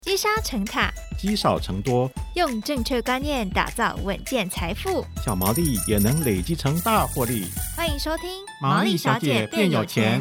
积沙成塔， 积少成多， 用正确观念打造稳健财富， 小毛利也能累积成大获利。 欢迎收听毛利小姐变有钱。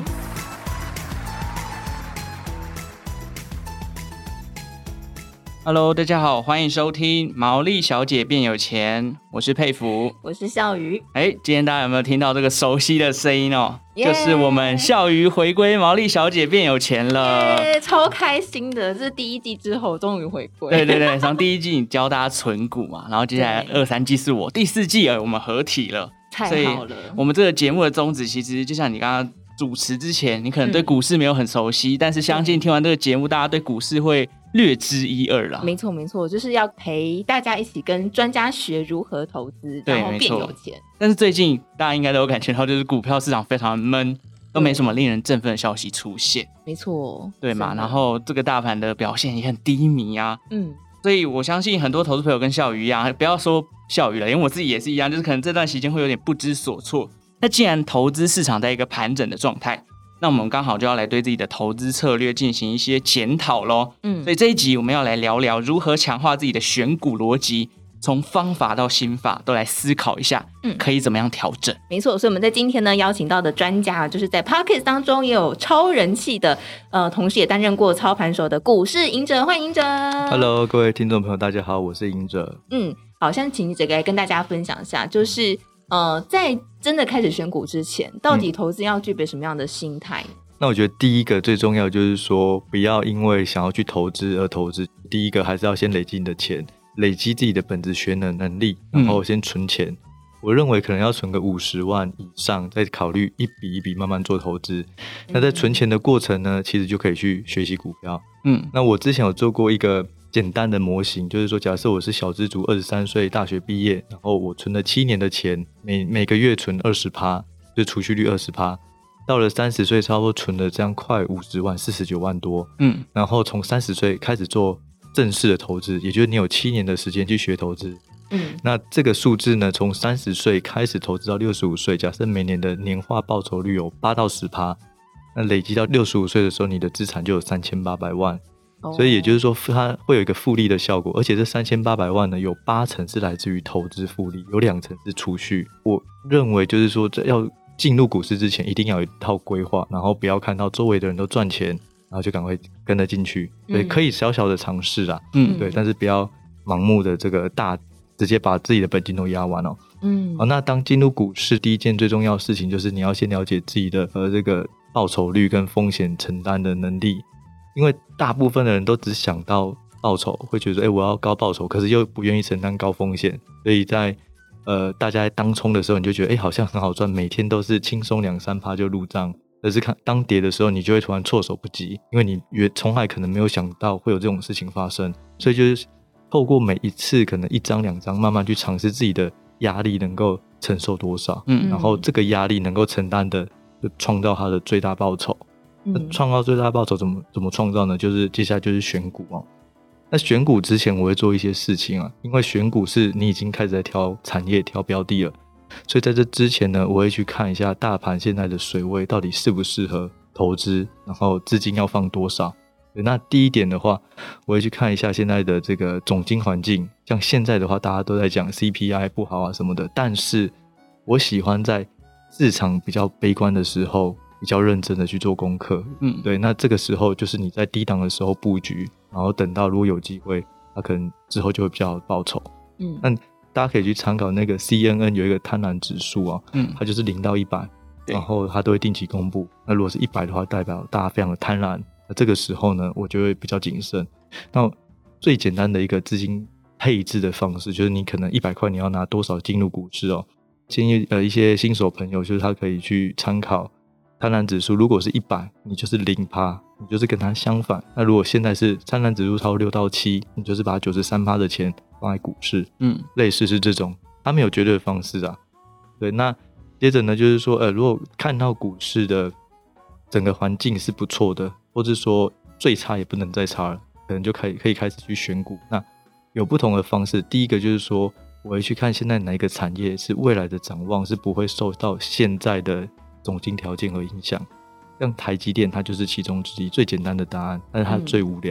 Hello， 大家好，欢迎收听毛利小姐变有钱，我是佩服， 我是笑鱼。 今天大家有没有听到这个熟悉的声音哦？就是我们笑鱼回归毛利小姐变有钱了， 超开心的！这是第一季之后终于回归。 对对对，从第一季你教大家存股嘛，然后接下来2、3季是我，第4季我们合体了， 太好了。 我们这个节目的宗旨其实就像你刚刚主持之前，你可能对股市没有很熟悉，但是相信听完这个节目，大家对股市会略知一二啦。 没错没错，就是要陪大家一起跟专家学如何投资，然后变有钱。 但是最近大家应该都有感觉到，就是股票市场非常闷，都没什么令人振奋的消息出现。 没错， 对嘛？然后这个大盘的表现也很低迷啊。所以我相信很多投资朋友跟笑鱼一样，不要说笑鱼了，因为我自己也是一样，就是可能这段时间会有点不知所措。那既然投资市场在一个盘整的状态，那我们刚好就要来对自己的投资策略进行一些检讨咯。所以这一集我们要来聊聊如何强化自己的选股逻辑，从方法到心法都来思考一下，可以怎么样调整。 没错，所以我们在今天呢邀请到的专家，就是在 Podcast 当中也有超人气的，同时也担任过操盘手的股市赢者，欢迎赢者。 Hello， 各位听众朋友，大家好，我是赢者。 好，先请赢者来跟大家分享一下，就是在真的开始选股之前，到底投资要具备什么样的心态？ 那我觉得第一个最重要就是说，不要因为想要去投资而投资。第一个还是要先累积你的钱，累积自己的本质学能力，然后先存钱。我认为可能要存个50万以上，再考虑一笔一笔慢慢做投资。那在存钱的过程呢，其实就可以去学习股票。那我之前有做过一个简单的模型，就是说假设我是小资族，23岁大学毕业，然后我存了7年的钱，每个月存 20%， 就储蓄率 20%， 到了30岁差不多存了这样快50万，49万多。然后从30岁开始做正式的投资，也就是你有7年的时间去学投资。那这个数字呢，从30岁开始投资到65岁，假设每年的年化报酬率有8到10%，那累积到65岁的时候，你的资产就有3800万。所以也就是说它会有一个复利的效果，而且这3800万呢，有8成是来自于投资复利，有2成是储蓄。我认为就是说要进入股市之前一定要有一套规划，然后不要看到周围的人都赚钱，然后就赶快跟着进去。对，可以小小的尝试啦，对，但是不要盲目的这个直接把自己的本金都压完哦。好，那当进入股市第一件最重要的事情就是你要先了解自己的这个报酬率跟风险承担的能力。因为大部分的人都只想到报酬，会觉得我要高报酬，可是又不愿意承担高风险，所以在大家在当冲的时候，你就觉得好像很好赚，每天都是轻松2-3% 就入账。可是当跌的时候，你就会突然措手不及，因为你从来可能没有想到会有这种事情发生，所以就是透过每一次可能1张2张，慢慢去尝试自己的压力能够承受多少，然后这个压力能够承担的，就创造它的最大报酬。那创造最大报酬怎么创造呢？就是接下来就是选股哦。那选股之前我会做一些事情啊，因为选股是你已经开始在挑产业挑标的了，所以在这之前呢，我会去看一下大盘现在的水位到底适不适合投资，然后资金要放多少。那第一点的话，我会去看一下现在的这个总经环境，像现在的话大家都在讲 CPI 不好啊什么的，但是我喜欢在市场比较悲观的时候比较认真的去做功课。对，那这个时候就是你在低档的时候布局，然后等到如果有机会，它可能之后就会比较好报酬。那大家可以去参考那个 CNN 有一个贪婪指数啊，它就是0到100，然后它都会定期公布。那如果是100的话，代表大家非常的贪婪。那这个时候呢，我就会比较谨慎。那最简单的一个资金配置的方式，就是你可能100块你要拿多少进入股市哦。建议一些新手朋友，就是他可以去参考贪婪指数，如果是100，你就是0%，你就是跟它相反。那如果现在是贪婪指数超6到7，你就是把93%的钱放在股市。类似是这种，它没有绝对的方式啊。对，那接着呢，就是说如果看到股市的整个环境是不错的，或者说最差也不能再差了，可能就可以开始去选股。那有不同的方式，第一个就是说我会去看现在哪一个产业是未来的展望是不会受到现在的总经条件和影响，像台积电它就是其中之一，最简单的答案，但是它最无聊。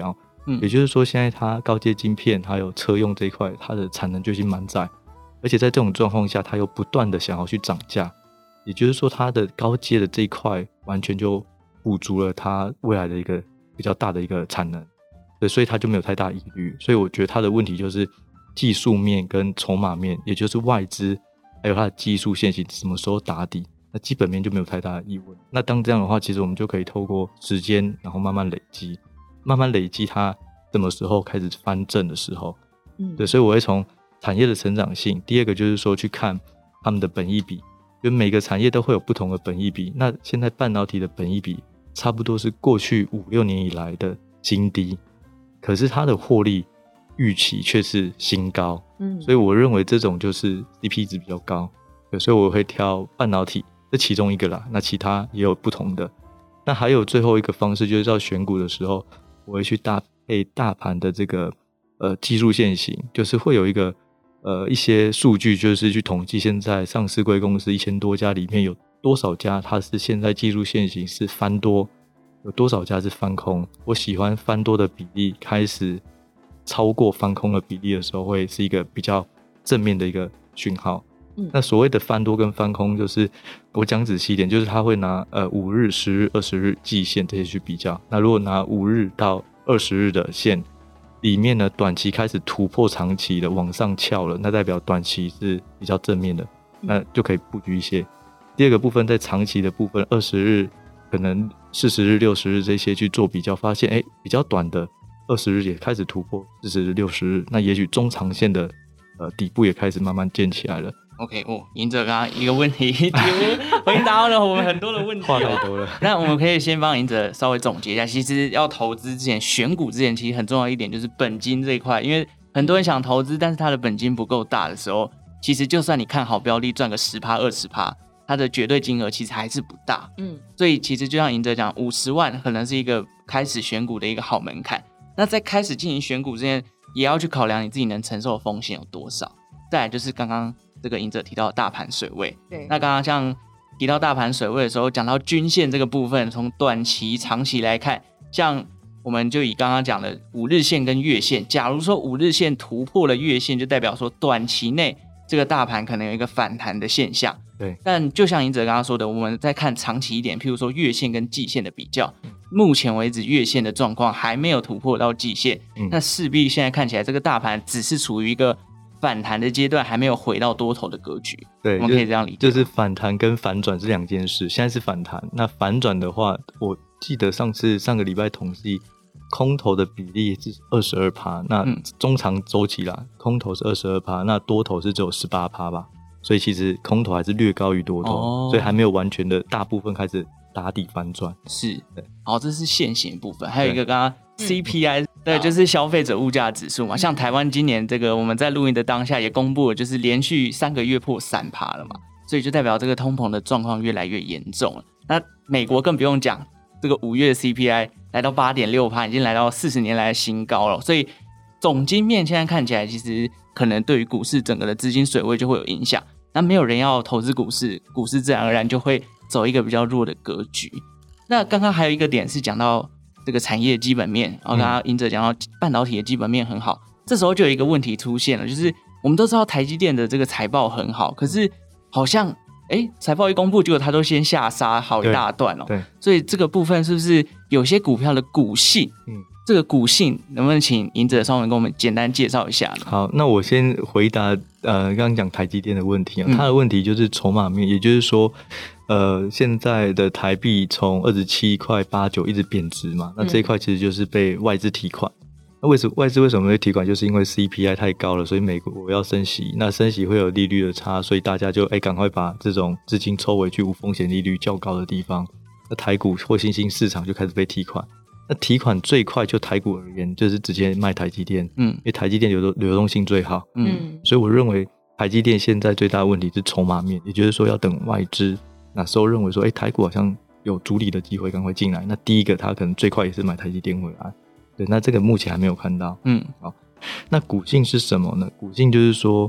也就是说现在它高阶晶片还有车用这一块，它的产能就已经满载，而且在这种状况下，它又不断的想要去涨价，也就是说它的高阶的这一块完全就补足了它未来的一个比较大的一个产能，对，所以它就没有太大疑虑。所以我觉得它的问题就是技术面跟筹码面，也就是外资还有它的技术线型什么时候打底，那基本面就没有太大的疑问。那当这样的话，其实我们就可以透过时间然后慢慢累积它什么时候开始翻正的时候，对，所以我会从产业的成长性，第二个就是说去看他们的本益比，因为每个产业都会有不同的本益比，那现在半导体的本益比差不多是过去5-6年以来的新低，可是它的获利预期却是新高，所以我认为这种就是 CP 值比较高，所以我会挑半导体，这其中一个啦，那其他也有不同的。那还有最后一个方式，就是要选股的时候，我会去搭配大盘的这个技术线型，就是会有一些数据，就是去统计现在上市柜公司1000多家里面有多少家它是现在技术线型是翻多，有多少家是翻空。我喜欢翻多的比例开始超过翻空的比例的时候，会是一个比较正面的一个讯号。那所谓的翻多跟翻空，就是我讲仔细一点，就是他会拿5日、10日、20日季线这些去比较。那如果拿5日到20日的线里面呢，短期开始突破长期的往上翘了，那代表短期是比较正面的，那就可以布局一些。第二个部分，在长期的部分，20日可能40日、60日这些去做比较，发现比较短的20日也开始突破40日、60日，那也许中长线的底部也开始慢慢建起来了。 OK， 赢者刚刚一个问题几乎回答了我们很多的问题， 话太多了。 那我们可以先帮赢者稍微总结一下，其实要投资之前，选股之前，其实很重要一点就是本金这一块，因为很多人想投资，但是他的本金不够大的时候，其实就算你看好标的赚个 10%、20%， 它的绝对金额其实还是不大。所以其实就像赢者讲，50万可能是一个开始选股的一个好门槛。那在开始进行选股之前，也要去考量你自己能承受的风险有多少。再来就是刚刚这个赢者提到的大盘水位，对，那刚刚像提到大盘水位的时候，讲到均线这个部分，从短期、长期来看，像我们就以刚刚讲的5日线跟月线，假如说5日线突破了月线，就代表说短期内这个大盘可能有一个反弹的现象。 对， 但就像赢者刚刚说的，我们再看长期一点，譬如说月线跟季线的比较，目前为止月线的状况还没有突破到季线，那势必现在看起来这个大盘只是处于一个反弹的阶段，还没有回到多头的格局。 对， 我们可以这样理解， 就是反弹跟反转是两件事。现在是反弹，那反转的话，我记得上个礼拜统计空头的比例是 22%， 那中长周期啦，空头是 22%， 那多头是只有 18% 吧，所以其实空头还是略高于多头，所以还没有完全的大部分开始打底反转。 是，对，好，这是现行部分，还有一个刚刚 CPI，对，就是消费者物价指数嘛。像台湾今年这个我们在录音的当下也公布了，就是连续3个月破 3% 了嘛，所以就代表这个通膨的状况越来越严重了。那美国更不用讲，这个5月的 CPI 来到 8.6%， 已经来到40年来的新高了。所以总经面现在看起来，其实可能对于股市整个的资金水位就会有影响。那没有人要投资股市，股市自然而然就会走一个比较弱的格局。那刚刚还有一个点是讲到这个产业基本面，然后刚刚赢者讲到半导体的基本面很好，这时候就有一个问题出现了，就是我们都知道台积电的这个财报很好，可是好像财报一公布，结果它都先下杀好一大段哦。 对， 所以这个部分是不是有些股票的股性？这个股性能不能请赢者稍微跟我们简单介绍一下呢？ 好，那我先回答刚刚讲台积电的问题，它的问题就是筹码面，也就是说现在的台币从27.89块一直贬值嘛，那这一块其实就是被外资提款。那外资为什么会提款？就是因为 CPI 太高了，所以美国要升息，那升息会有利率的差，所以大家就赶快把这种资金抽回去无风险利率较高的地方，那台股或新兴市场就开始被提款。那提款最快就台股而言，就是直接卖台积电，因为台积电流动性最好，所以我认为台积电现在最大的问题是筹码面，也就是说要等外资那时候认为说台股好像有主理的机会赶快进来，那第一个他可能最快也是买台积电回来。对，那这个目前还没有看到。好，那股性是什么呢？股性就是说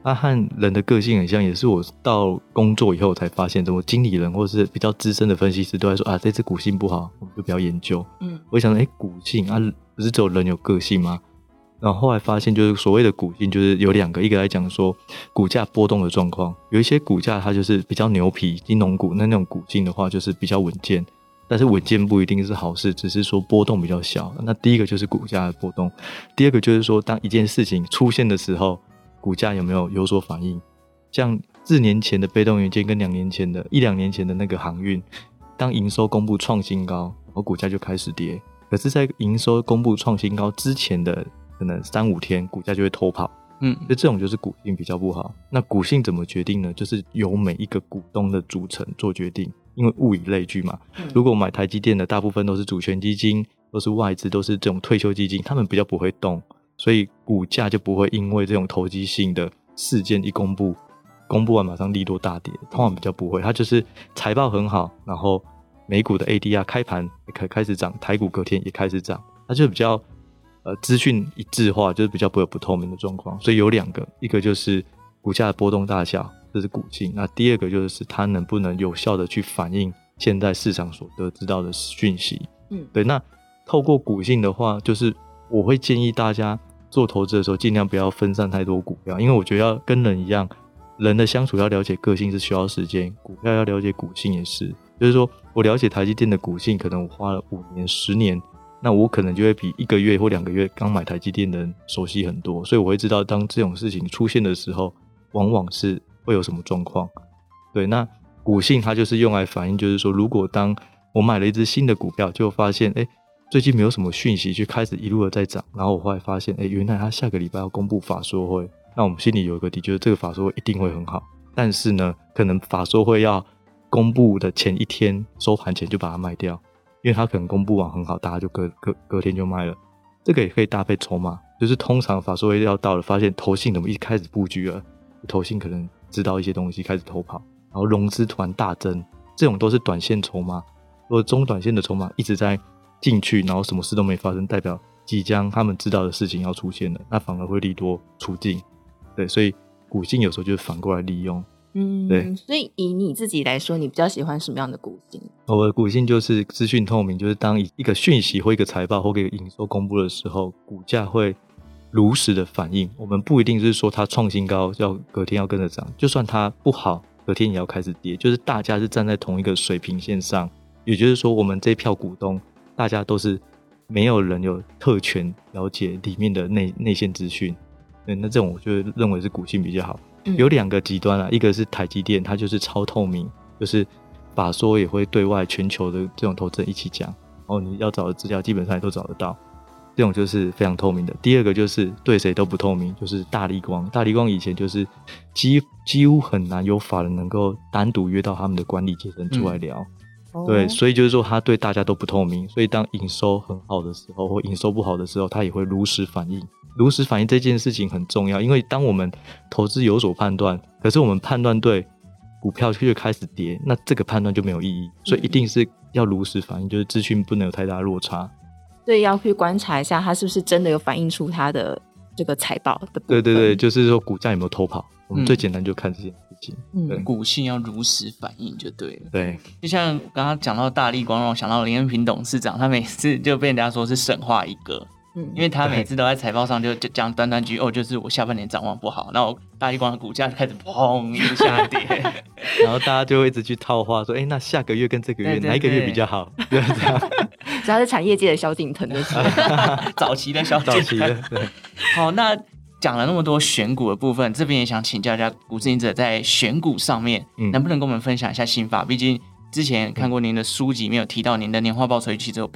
它和人的个性很像，也是我到工作以后才发现，怎么经理人或是比较资深的分析师都在说这只股性不好，我们就不要研究。我想说股性不是只有人有个性吗？然后后来发现就是所谓的股性就是有2个，一个来讲说股价波动的状况，有一些股价它就是比较牛皮金融股，那种股性的话就是比较稳健，但是稳健不一定是好事，只是说波动比较小。那第一个就是股价的波动，第二个就是说当一件事情出现的时候，股价有所反应。像4年前的被动元件跟1-2年前的那个航运，当营收公布创新高，然后股价就开始跌，可是在营收公布创新高之前的可能3-5天股价就会偷跑。所以这种就是股性比较不好。那股性怎么决定呢？就是由每一个股东的组成做决定，因为物以类聚嘛。如果我买台积电的大部分都是主权基金，都是外资，都是这种退休基金，他们比较不会动，所以股价就不会因为这种投机性的事件一公布完马上利多大跌，通常比较不会。它就是财报很好，然后美股的 ADR 开盘也开始涨，台股隔天也开始涨，它就比较资讯一致化，就是比较不会有不透明的状况。所以有2个，一个就是股价的波动大小，这是股性。那第2个就是它能不能有效的去反映现在市场所得知到的讯息。对。那透过股性的话，就是我会建议大家做投资的时候尽量不要分散太多股票，因为我觉得要跟人一样，人的相处要了解个性是需要时间，股票要了解股性也是。就是说我了解台积电的股性，可能我花了5年10年，那我可能就会比1个月或2个月刚买台积电的人熟悉很多，所以我会知道当这种事情出现的时候往往是会有什么状况。对。那股性它就是用来反映，就是说如果当我买了一只新的股票，就发现最近没有什么讯息，就开始一路的在涨，然后我后来发现原来他下个礼拜要公布法说会，那我们心里有一个底，就是这个法说会一定会很好，但是呢可能法说会要公布的前1天收盘前就把它卖掉，因为他可能公布完很好，大家就隔天就卖了。这个也可以搭配筹码，就是通常法说会要到了，发现投信怎么一开始布局了，投信可能知道一些东西开始偷跑，然后融资突然大增，这种都是短线筹码。如果中短线的筹码一直在进去，然后什么事都没发生，代表即将他们知道的事情要出现了，那反而会利多出尽。对，所以股性有时候就是反过来利用。对。 所以以你自己来说，你比较喜欢什么样的股性？ 我的股性就是资讯透明，就是当一个讯息或一个财报或一个营收公布的时候，股价会如实的反应。我们不一定是说它创新高隔天要跟着涨，就算它不好隔天也要开始跌，就是大家是站在同一个水平线上，也就是说我们这票股东大家都是没有人有特权了解里面的内线资讯。对，那这种我就认为是股性比较好。有2个极端一个是台积电，它就是超透明，就是法说也会对外全球的这种投资人一起讲，然后你要找的资料基本上也都找得到，这种就是非常透明的。第2个就是对谁都不透明，就是大立光。大立光以前就是几乎很难有法人能够单独约到他们的管理阶层出来聊。对，所以就是说他对大家都不透明，所以当营收很好的时候或营收不好的时候，他也会如实反应。如实反应这件事情很重要，因为当我们投资有所判断，可是我们判断对，股票就开始跌，那这个判断就没有意义。所以一定是要如实反应，就是资讯不能有太大落差。 所以要去观察一下它是不是真的有反映出它的这个财报的部分。 对，就是说股价有没有偷跑，我们最简单就看这件事情。 股性要如实反应就对了。 对， 就像刚刚讲到大立光，让我想到林恩平董事长，他每次就被人家说是神话一个。因为他每次都在财报上就讲短短句就是我下半年展望不好，然后大立光的股价就开始砰一直下跌， 然后大家就会一直去套话说那下个月跟这个月哪一个月比较好，对，这样主要是产业界的萧敬腾的事早期的萧敬腾。对。好，那讲了那么多选股的部分，这边也想请教一下股市赢者在选股上面能不能跟我们分享一下心法，毕竟之前看过您的书籍，没有提到您的年化报酬率其实有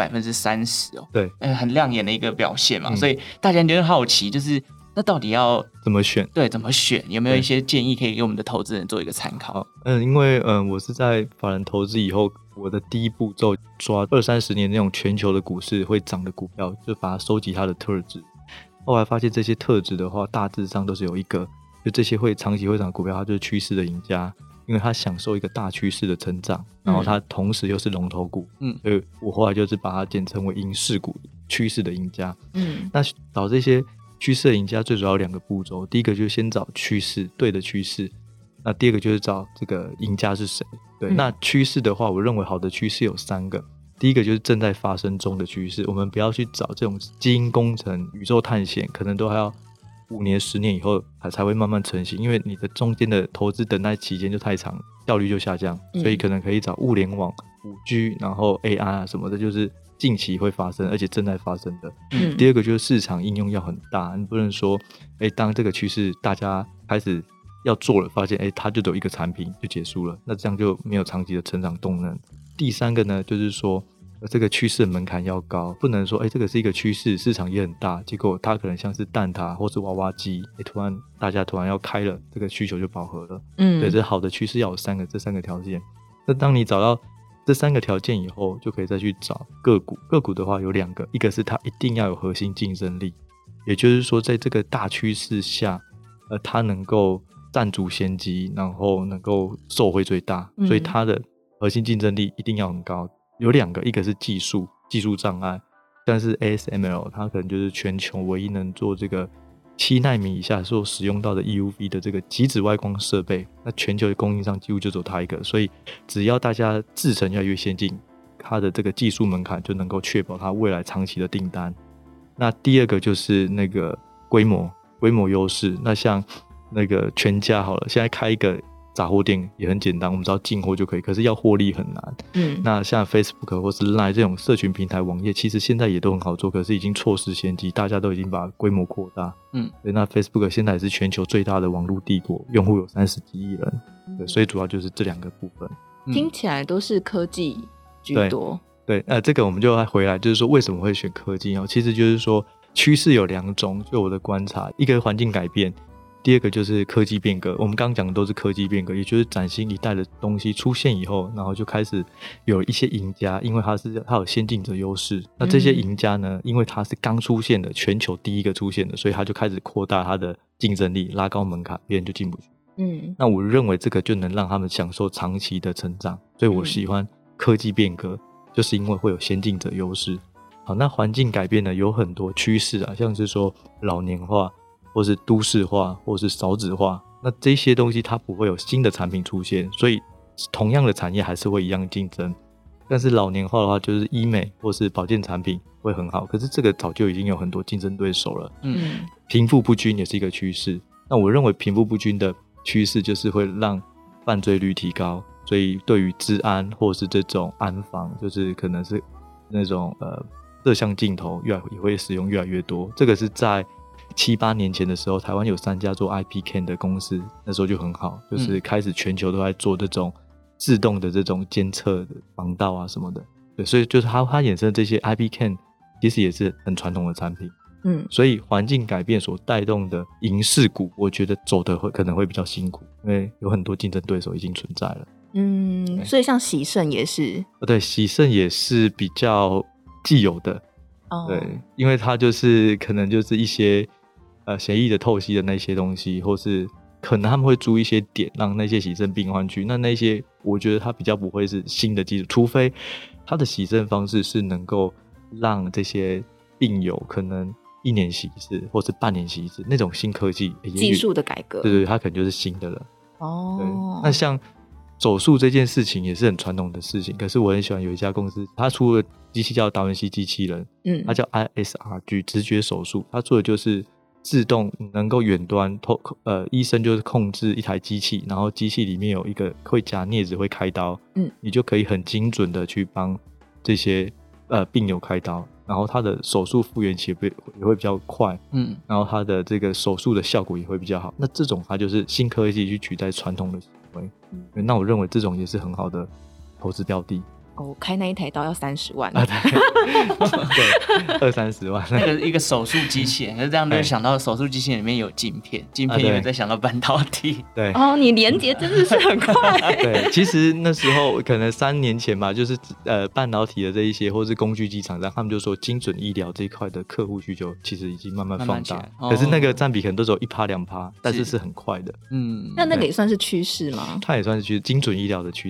30% 对， 很亮眼的一个表现嘛，所以大家就会好奇，就是那到底要怎么选？ 对，怎么选？有没有一些建议可以给我们的投资人做一个参考？ 因为我是在法人投资以后，我的第一步骤抓20-30年那种全球的股市会涨的股票，就把它收集它的特质。后来发现这些特质的话，大致上都是有一个，就这些会长期会涨的股票，它就是趋势的赢家。因为它享受一个大趋势的成长，然后它同时又是龙头股，所以我后来就是把它简称为赢势股，趋势的赢家。那找这些趋势的赢家最主要有2个步骤，第一个就是先找趋势，对的趋势，那第二个就是找这个赢家是谁。对，那趋势的话，我认为好的趋势有3个。第一个就是正在发生中的趋势，我们不要去找这种基因工程、宇宙探险，可能都还要5年、10年以后才会慢慢成型，因为你的中间的投资等待期间就太长，效率就下降，所以可能可以找物联网、5G， 然后 AI 啊什么的，就是近期会发生而且正在发生的。第二个就是市场应用要很大，你不能说当这个趋势大家开始要做了，发现它就有一个产品就结束了，那这样就没有长期的成长动能。第三个呢，就是说这个趋势的门槛要高，不能说这个是一个趋势，市场也很大，结果它可能像是蛋挞或是娃娃机，大家突然要开了，这个需求就饱和了。对，这好的趋势要有这三个条件。那当你找到这3个条件以后，就可以再去找个股。个股的话有2个，一个是它一定要有核心竞争力，也就是说在这个大趋势下它能够占足先机，然后能够受惠最大，所以它的核心竞争力一定要很高。有2个，一个是技术障碍，但是 ASML 它可能就是全球唯一能做这个7奈米以下所使用到的 EUV 的这个极紫外光设备，那全球的供应商几乎就只有它一个，所以只要大家制程越来越先进，它的这个技术门槛就能够确保它未来长期的订单。那第2个就是那个规模优势，那像那个全家好了，现在开一个杂货店也很简单，我们知道进货就可以，可是要获利很难。那像 Facebook 或是 LINE 这种社群平台网页，其实现在也都很好做，可是已经错失先机，大家都已经把规模扩大。对，那 Facebook 现在也是全球最大的网络帝国，用户有30几亿人。对，所以主要就是这2个部分。 听起来都是科技居多。 对，这个我们就回来，就是说为什么会选科技其实就是说趋势有2种，就我的观察，一个环境改变，第2个就是科技变革。我们刚刚讲的都是科技变革，也就是崭新一代的东西出现以后，然后就开始有一些赢家，因为它有先进者优势。那这些赢家呢，因为它是刚出现的，全球第一个出现的，所以它就开始扩大它的竞争力，拉高门槛，别人就进不去。那我认为这个就能让他们享受长期的成长，所以我喜欢科技变革，就是因为会有先进者优势。好，那环境改变呢，有很多趋势啊，像是说老年化，或是都市化，或是少子化，那这些东西它不会有新的产品出现，所以同样的产业还是会一样竞争。但是老年化的话，就是医美或是保健产品会很好，可是这个早就已经有很多竞争对手了。贫富不均也是一个趋势，那我认为贫富不均的趋势就是会让犯罪率提高，所以对于治安或是这种安防，就是可能是那种摄像镜头也会使用越来越多。这个是在7、8年前的时候，台湾有3家做 IPCAM 的公司，那时候就很好，就是开始全球都在做这种自动的这种监测的防盗啊什么的。对，所以就是它衍生这些 IPCAM 其实也是很传统的产品。所以环境改变所带动的银饰股，我觉得走的可能会比较辛苦，因为有很多竞争对手已经存在了。 所以像喜盛也是。 对，喜盛也是比较既有的。对，因为它就是可能就是一些协议的透析的那些东西，或是可能他们会租一些点让那些洗肾病患去，那些我觉得它比较不会是新的技术，除非它的洗肾方式是能够让这些病友可能1年洗一次或是半年洗一次，那种新科技技术的改革， 对，它可能就是新的了。对，那像手术这件事情也是很传统的事情，可是我很喜欢有一家公司，它出了机器叫达文西机器人，它叫 ISRG 直觉手术，它做的就是自动能够远端医生就是控制一台机器，然后机器里面有一个会夹镊子会开刀，你就可以很精准的去帮这些病友开刀，然后它的手术复原期也会比较快，然后它的这个手术的效果也会比较好。那这种它就是新科技去取代传统的行为，那我认为这种也是很好的投资标的。 开那一台刀要30万对，20-30万。 那个一个手术机器人，可是这样就想到手术机器人里面有镜片，镜片也再想到半导体。 对， 你连结真的是很快。 对，其实那时候可能3年前吧，就是半导体的这一些或是工具机厂商，他们就说精准医疗这一块的客户需求其实已经慢慢放大，可是那个占比可能都只有1%-2%，但是是很快的。 那个也算是趋势吗？ 它也算是趋势，精准医疗的趋势。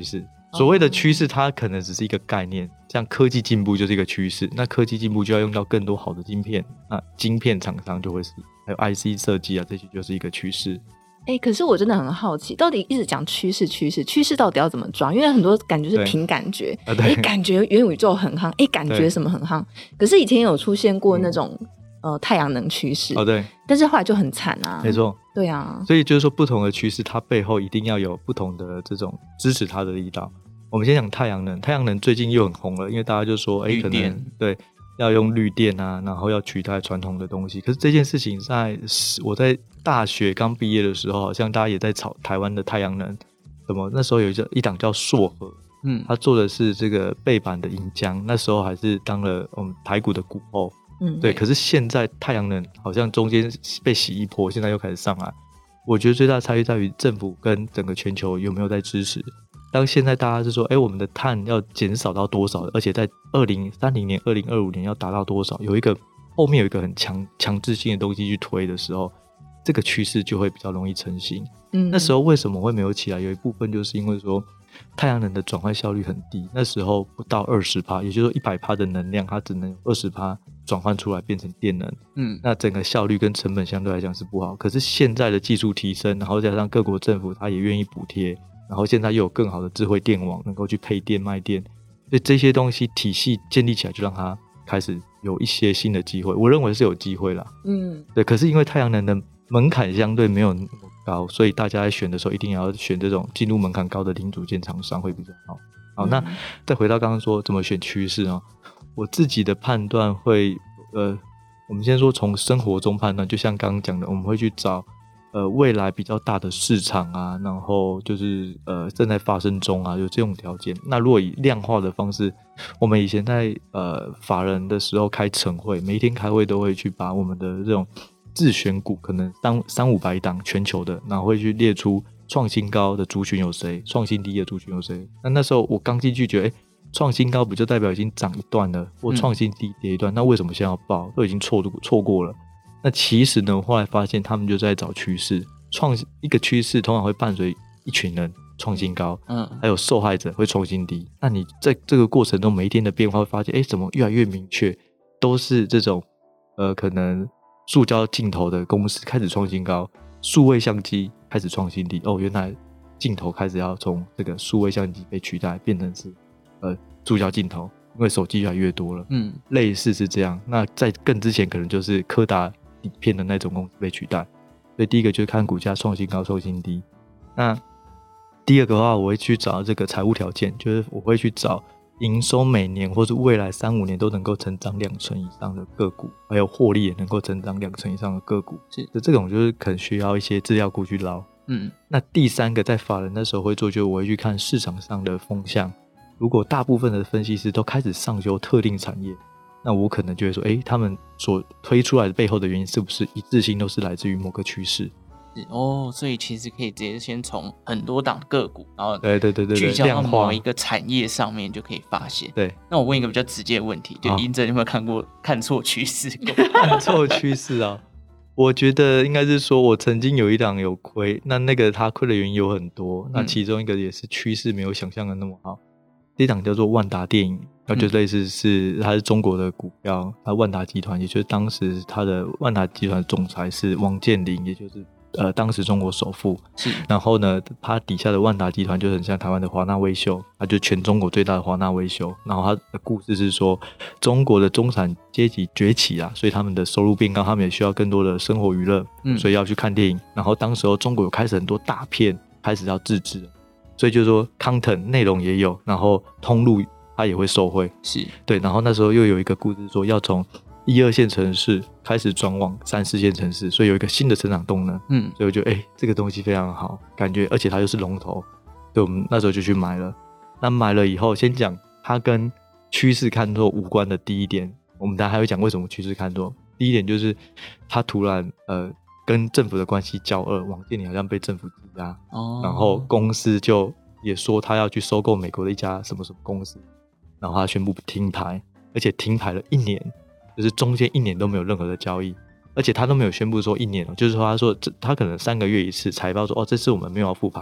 所谓的趋势它可能只是一个概念，像科技进步就是一个趋势，那科技进步就要用到更多好的晶片，那晶片厂商就会是还有 IC 设计啊，这些就是一个趋势。 可是我真的很好奇，到底一直讲趋势到底要怎么抓？因为很多感觉是凭感觉，感觉元宇宙很夯，感觉什么很夯，可是以前有出现过那种太阳能趋势， 对， 但是后来就很惨啊。 没错， 对啊， 所以就是说不同的趋势它背后一定要有不同的这种支持它的力道。我们先讲太阳能，太阳能最近又很红了，因为大家就说可能对要用绿电啊，然后要取代传统的东西。可是这件事情我在大学刚毕业的时候，好像大家也在炒台湾的太阳能，什么那时候有一档叫硕和，他做的是这个背板的银浆，那时候还是当了我们台股的股后，对。可是现在太阳能好像中间被洗一波，现在又开始上来。我觉得最大的差异在于政府跟整个全球有没有在支持。当现在大家是说我们的碳要减少到多少，而且在2030年2025年要达到多少，后面有一个很强制性的东西去推的时候，这个趋势就会比较容易成型。那时候为什么会没有起来，有一部分就是因为说太阳能的转换效率很低，那时候不到 20%， 也就是说 100% 的能量它只能有 20% 转换出来变成电能，那整个效率跟成本相对来讲是不好。可是现在的技术提升，然后加上各国政府它也愿意补贴，然后现在又有更好的智慧电网能够去配电卖电，所以这些东西体系建立起来，就让它开始有一些新的机会。我认为是有机会啦，对。可是因为太阳能的门槛相对没有那么高，所以大家在选的时候一定要选这种进入门槛高的零组件厂商会比较好。好，那再回到刚刚说怎么选趋势哦，我自己的判断会我们先说从生活中判断，就像刚刚讲的，我们会去找未来比较大的市场啊，然后就是正在发生中啊，有这种条件。那如果以量化的方式，我们以前在法人的时候开晨会，每一天开会都会去把我们的这种自选股，可能300-500档全球的，然后会去列出创新高的族群有谁，创新低的族群有谁。那时候我刚进去觉得创新高不就代表已经涨一段了，或创新低跌一段，那为什么现在要报？都已经错过了。那其实呢，我后来发现他们就在找趋势，一个趋势通常会伴随一群人创新高，还有受害者会创新低。那你在这个过程中每一天的变化会发现，怎么越来越明确，都是这种可能塑胶镜头的公司开始创新高，数位相机开始创新低。原来镜头开始要从这个数位相机被取代，变成是塑胶镜头，因为手机越来越多了，类似是这样。那在更之前可能就是柯达底片的那种公司被取代。所以第一个就是看股价创新高创新低。那第二个的话，我会去找这个财务条件，就是我会去找营收每年或是未来3-5年都能够成长2%以上的个股，还有获利也能够成长2%以上的个股，这种就是可能需要一些资料库去捞。那第三个在法人的时候会做，就是我会去看市场上的风向。如果大部分的分析师都开始上修特定产业，那我可能就会说他们所推出来的背后的原因是不是一致性都是来自于某个趋势。 所以其实可以直接先从很多档个股，然后对聚焦到某一个产业上面就可以发现。对，那我问一个比较直接的问题，就英哲有没有看错趋势过？ 看错趋势啊？我觉得应该是说我曾经有一档有亏，那个他亏的原因有很多，那其中一个也是趋势没有想象的那么好。这档叫做万达电影，就类似它是中国的股票，它万达集团，也就是当时它的万达集团的总裁是王健林，也就是当时中国首富。是，然后呢，它底下的万达集团就很像台湾的华纳威秀，它就全中国最大的华纳威秀。然后它的故事是说，中国的中产阶级崛起啊，所以他们的收入变高，他们也需要更多的生活娱乐，所以要去看电影。然后当时候中国有开始很多大片开始要自制了。所以就是说 content 内容也有，然后通路它也会受惠，是对。然后那时候又有一个故事说，要从1-2线城市开始转往3-4线城市，所以有一个新的成长动能。所以我觉得这个东西非常好，感觉而且它又是龙头，所以我们那时候就去买了。那买了以后，先讲它跟趋势看错无关的第一点，我们等一下还会讲为什么趋势看错。第一点就是它突然跟政府的关系交恶，王健林好像被政府挤压，然后公司就也说他要去收购美国的一家什么什么公司，然后他宣布停牌，而且停牌了1年，就是中间1年都没有任何的交易，而且他都没有宣布说1年，就是说他说他可能3个月一次财报说这次我们没有要复盘，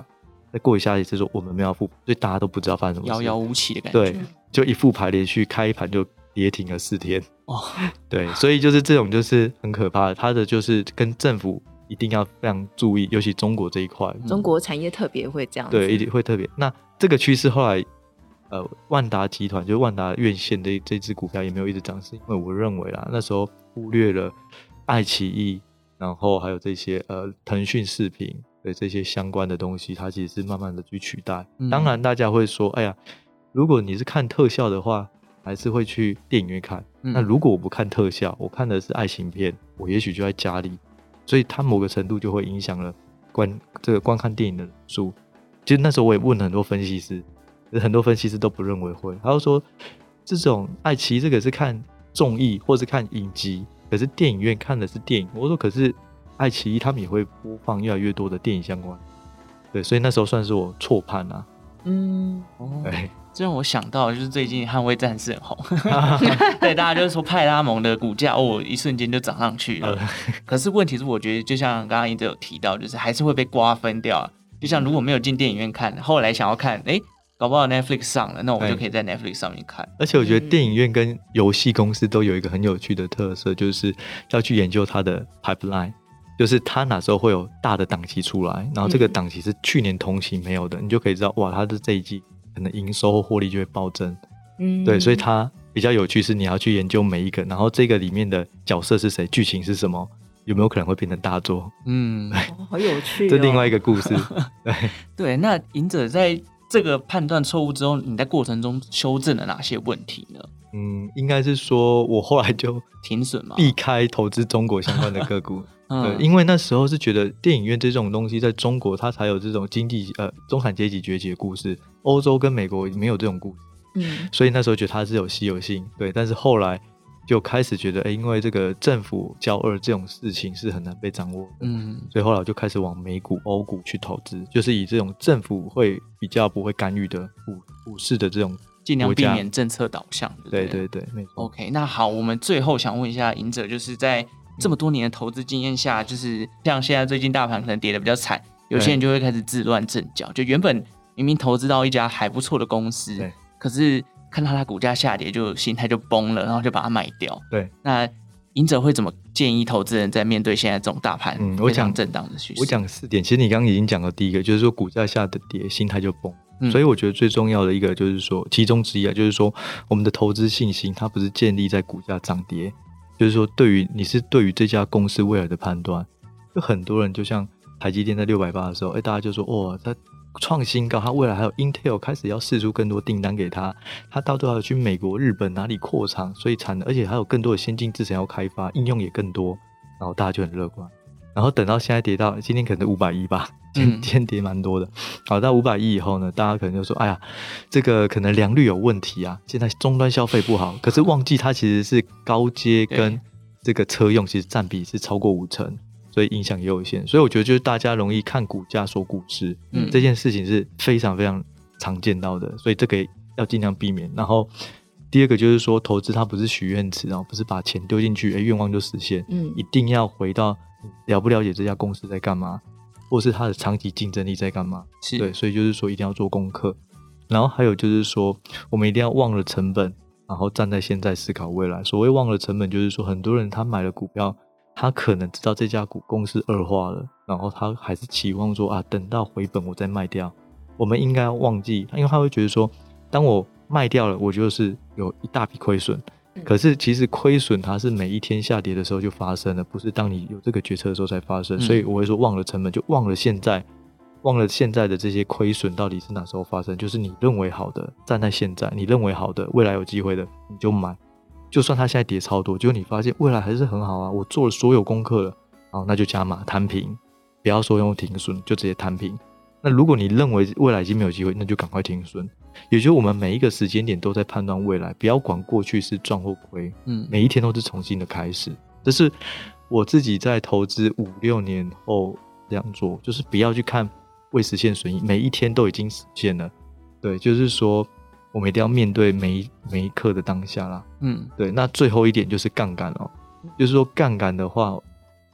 再过一下一次说我们没有复，所以大家都不知道发生什么事， 遥遥无期的感觉。 对，就一复牌连续开一盘就跌停了4天。对，所以就是这种就是很可怕的，它的就是跟政府一定要非常注意，尤其中国这一块， 中国产业特别会这样子， 对，一定会特别。那这个趋势后来万达集团就是万达院线的这支股票也没有一直涨，是因为我认为啦，那时候忽略了爱奇艺，然后还有这些腾讯视频对这些相关的东西，它其实是慢慢的去取代。当然大家会说，哎呀，如果你是看特效的话，还是会去电影院看。那如果我不看特效，我看的是爱情片，我也许就在家里，所以它某个程度就会影响了观看电影的人数。其实那时候我也问很多分析师，很多分析师都不认为会，他就说这种爱奇艺这个是看综艺或是看影集，可是电影院看的是电影。我说可是爱奇艺他们也会播放越来越多的电影相关，对，所以那时候算是我错判啊。对， 这让我想到就是最近捍卫战士很红对，大家就是说派拉蒙的股价一瞬间就涨上去了可是问题是我觉得就像刚刚一直有提到，就是还是会被瓜分掉就像如果没有进电影院看，后来想要看搞不好 Netflix 上了，那我就可以在 Netflix 上面看。 而且我觉得电影院跟游戏公司都有一个很有趣的特色，就是要去研究它的 pipeline， 就是它哪时候会有大的档期出来，然后这个档期是去年同期没有的，你就可以知道哇，它的这一季可能营收或获利就会暴增。对，所以它比较有趣是你要去研究每一个，然后这个里面的角色是谁，剧情是什么，有没有可能会变成大作。 好有趣这另外一个故事对，那赢者在这个判断错误之后，你在过程中修正了哪些问题呢？ 应该是说我后来就停损嘛， 避开投资中国相关的个股对，因为那时候是觉得电影院这种东西在中国它才有这种中产阶级崛起的故事，欧洲跟美国没有这种故事，所以那时候觉得它是有稀有性，对，但是后来就开始觉得因为这个政府交恶这种事情是很难被掌握的，所以后来我就开始往美股欧股去投资，就是以这种政府会比较不会干预的股市的这种尽量避免政策导向。 对对对，没错。 OK， 那好，我们最后想问一下赢者，就是在这么多年的投资经验下，就是像现在最近大盘可能跌得比较惨，有些人就会开始自乱阵脚，就原本明明投资到一家还不错的公司，可是看到它股价下跌，就心态就崩了，然后就把它卖掉。 对， 那赢者会怎么建议投资人在面对现在这种大盘非常震荡的趋势？ 我讲4点，其实你刚刚已经讲了第一个，就是说股价下的跌，心态就崩。所以我觉得最重要的一个就是说，其中之一就是说我们的投资信心它不是建立在股价涨跌，就是说你是对于这家公司未来的判断。就很多人就像台积电在680的时候，大家就说哇，它创新高，它未来还有 Intel 开始要释出更多订单给它，它到最后还有去美国日本哪里扩厂，所以而且还有更多的先进制程要开发，应用也更多，然后大家就很乐观。然后等到现在跌到今天可能500亿吧，今天跌蛮多的。好，到500亿以后呢，大家可能就说，哎呀，这个可能良率有问题啊，现在终端消费不好。可是忘记它其实是高阶跟这个车用其实占比是超过50%，所以影响也有限。所以我觉得就是大家容易看股价说故事，这件事情是非常非常常见到的，所以这个要尽量避免。然后第二个就是说，投资它不是许愿池，不是把钱丢进去，愿望就实现，一定要回到了不了解这家公司在干嘛，或是它的长期竞争力在干嘛。对，所以就是说一定要做功课。然后还有就是说，我们一定要忘了成本，然后站在现在思考未来。所谓忘了成本，就是说很多人他买了股票，他可能知道这家公司恶化了，然后他还是期望说等到回本我再卖掉。我们应该要忘记，因为他会觉得说，当我卖掉了，我就是有一大笔亏损。可是其实亏损它是每一天下跌的时候就发生了，不是当你有这个决策的时候才发生。所以我会说忘了成本，就忘了现在的这些亏损到底是哪时候发生。就是你认为好的，站在现在你认为好的，未来有机会的你就买，就算它现在跌超多，结果你发现未来还是很好啊，我做了所有功课了，好，那就加码摊平，不要说用停损，就直接摊平。那如果你认为未来已经没有机会，那就赶快停损。也就是我们每一个时间点都在判断未来，不要管过去是赚或亏，每一天都是重新的开始。这是我自己在投资5-6年后这样做，就是不要去看未实现损益，每一天都已经实现了。对，就是说我们一定要面对每一刻的当下啦。对，那最后一点就是杠杆就是说杠杆的话，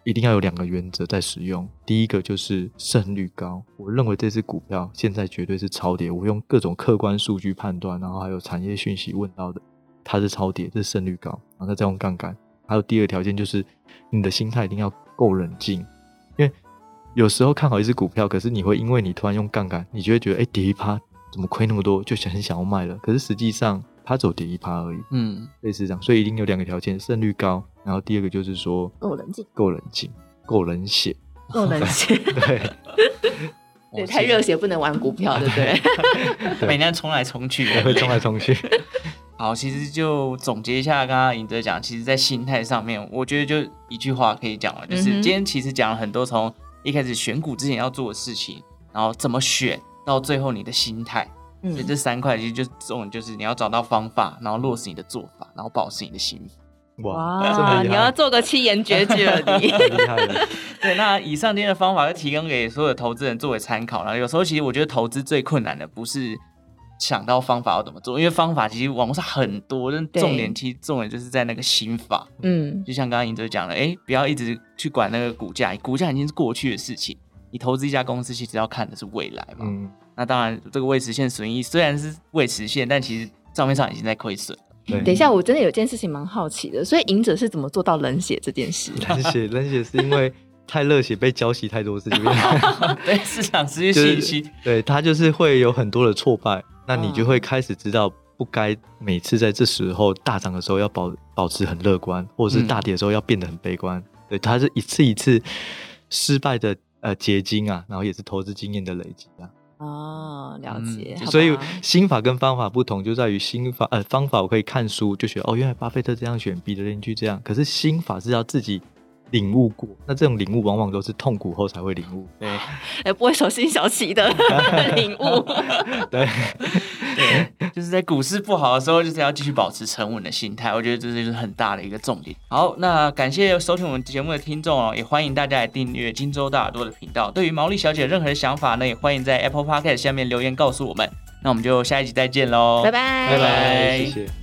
一定要有2个原则在使用。第一个就是胜率高，我认为这支股票现在绝对是超跌，我用各种客观数据判断，然后还有产业讯息问到的，它是超跌，这是胜率高，然后再用杠杆。还有第2个条件就是你的心态一定要够冷静，因为有时候看好一支股票，可是你会因为你突然用杠杆，你就会觉得跌1%怎么亏那么多，就很想要卖了，可是实际上它只有跌1%而已，类似这样。所以一定有2个条件，胜率高，然后第2个就是说够冷静， 够冷静，够冷血， 够冷血对对，太热血不能玩股票，对不对？ 每天冲来冲去， 会冲来冲去。 好，其实就总结一下刚刚尹哲讲，其实在心态上面我觉得就一句话可以讲了，就是今天其实讲了很多从一开始选股之前要做的事情，然后怎么选到最后你的心态，所以这3块其实就重点就是你要找到方法，然后落实你的做法，然后保持你的心法。 哇，你要做个7言绝句了你太厉害了。 对，那以上今天的方法就提供给所有的投资人作为参考了。有时候其实我觉得投资最困难的不是想到方法要怎么做，因为方法其实网络上很多，但重点就是在那个心法。就像刚刚尹哲讲的，不要一直去管那个股价，股价已经是过去的事情。你投资一家公司，其实要看的是未来嘛。那当然，这个未实现损益虽然是未实现，但其实账面上已经在亏损。 等一下，我真的有件事情蛮好奇的，所以赢者是怎么做到冷血这件事？ 冷血是因为太热血，被浇熄太多次， 对市场失去信心， 对他就是会有很多的挫败，那你就会开始知道不该每次在这时候大涨的时候要保持很乐观，或者是大跌的时候要变得很悲观。对，它是一次一次失败的结晶啊，然后也是投资经验的累积啊。 了解。 所以心法跟方法不同，就在于方法我可以看书就学原来巴菲特这样选，彼得林居这样，可是心法是要自己领悟过，那这种领悟往往都是痛苦后才会领悟。 对， 不会手心小气的领悟。 对， 就是在股市不好的时候，就是要继续保持沉稳的心态。我觉得这就是很大的一个重点。好，那感谢收听我们节目的听众哦，也欢迎大家来订阅金州大耳朵的频道。对于毛利小姐任何的想法呢，也欢迎在 Apple Podcast 下面留言告诉我们。那我们就下一集再见喽， 拜拜， 拜拜，谢谢。